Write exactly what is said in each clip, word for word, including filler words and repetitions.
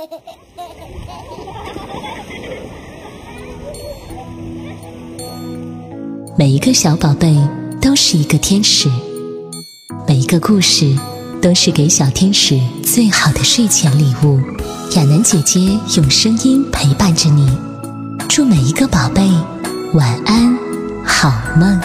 每一个小宝贝都是一个天使，每一个故事都是给小天使最好的睡前礼物。亚楠姐姐用声音陪伴着你，祝每一个宝贝晚安，好梦。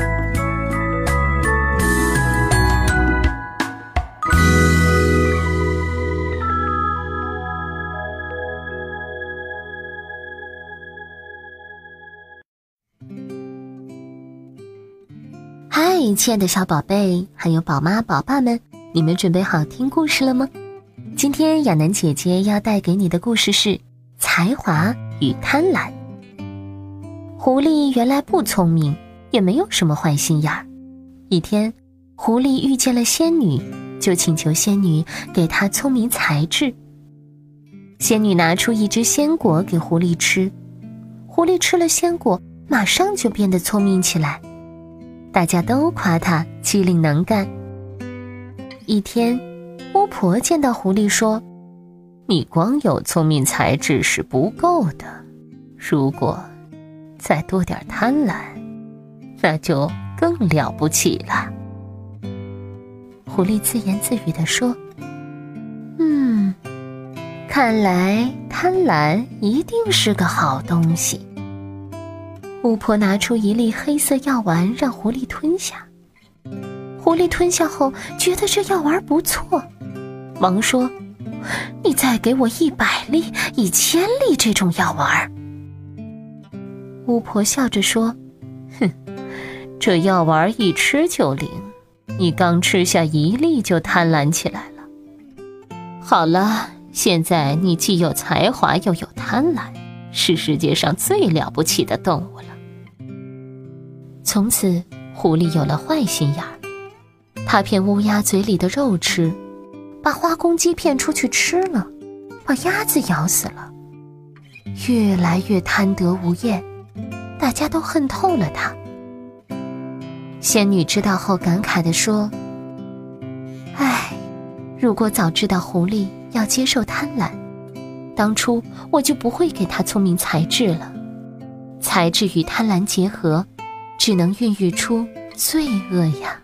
嗨，亲爱的小宝贝，还有宝妈宝爸们，你们准备好听故事了吗？今天亚楠姐姐要带给你的故事是才华与贪婪。狐狸原来不聪明，也没有什么坏心眼儿。一天，狐狸遇见了仙女，就请求仙女给她聪明才智。仙女拿出一只鲜果给狐狸吃，狐狸吃了鲜果，马上就变得聪明起来。大家都夸他机灵能干。一天，巫婆见到狐狸说：“你光有聪明才智是不够的，如果再多点贪婪，那就更了不起了。”狐狸自言自语地说：“嗯，看来贪婪一定是个好东西。”巫婆拿出一粒黑色药丸让狐狸吞下，狐狸吞下后觉得这药丸不错，忙说：“你再给我一百粒、一千粒这种药丸。”巫婆笑着说：“哼，这药丸一吃就灵，你刚吃下一粒就贪婪起来了。好了，现在你既有才华又有贪婪，是世界上最了不起的动物了。”从此，狐狸有了坏心眼儿，他骗乌鸦嘴里的肉吃，把花公鸡骗出去吃了，把鸭子咬死了，越来越贪得无厌，大家都恨透了他。仙女知道后感慨地说：“唉，如果早知道狐狸要接受贪婪，当初我就不会给他聪明才智了。才智与贪婪结合，只能孕育出罪恶呀。”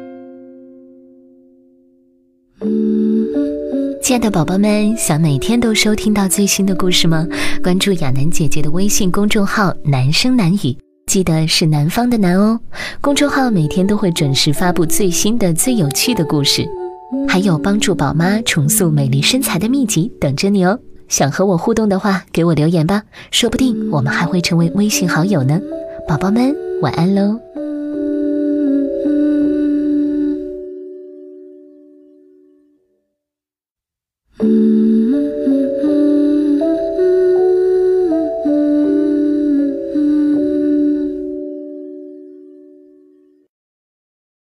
亲爱的宝宝们，想每天都收听到最新的故事吗？关注亚楠姐姐的微信公众号南声南语，记得是南方的南哦。公众号每天都会准时发布最新的最有趣的故事，还有帮助宝妈重塑美丽身材的秘籍等着你哦。想和我互动的话，给我留言吧，说不定我们还会成为微信好友呢。宝宝们晚安喽。嗯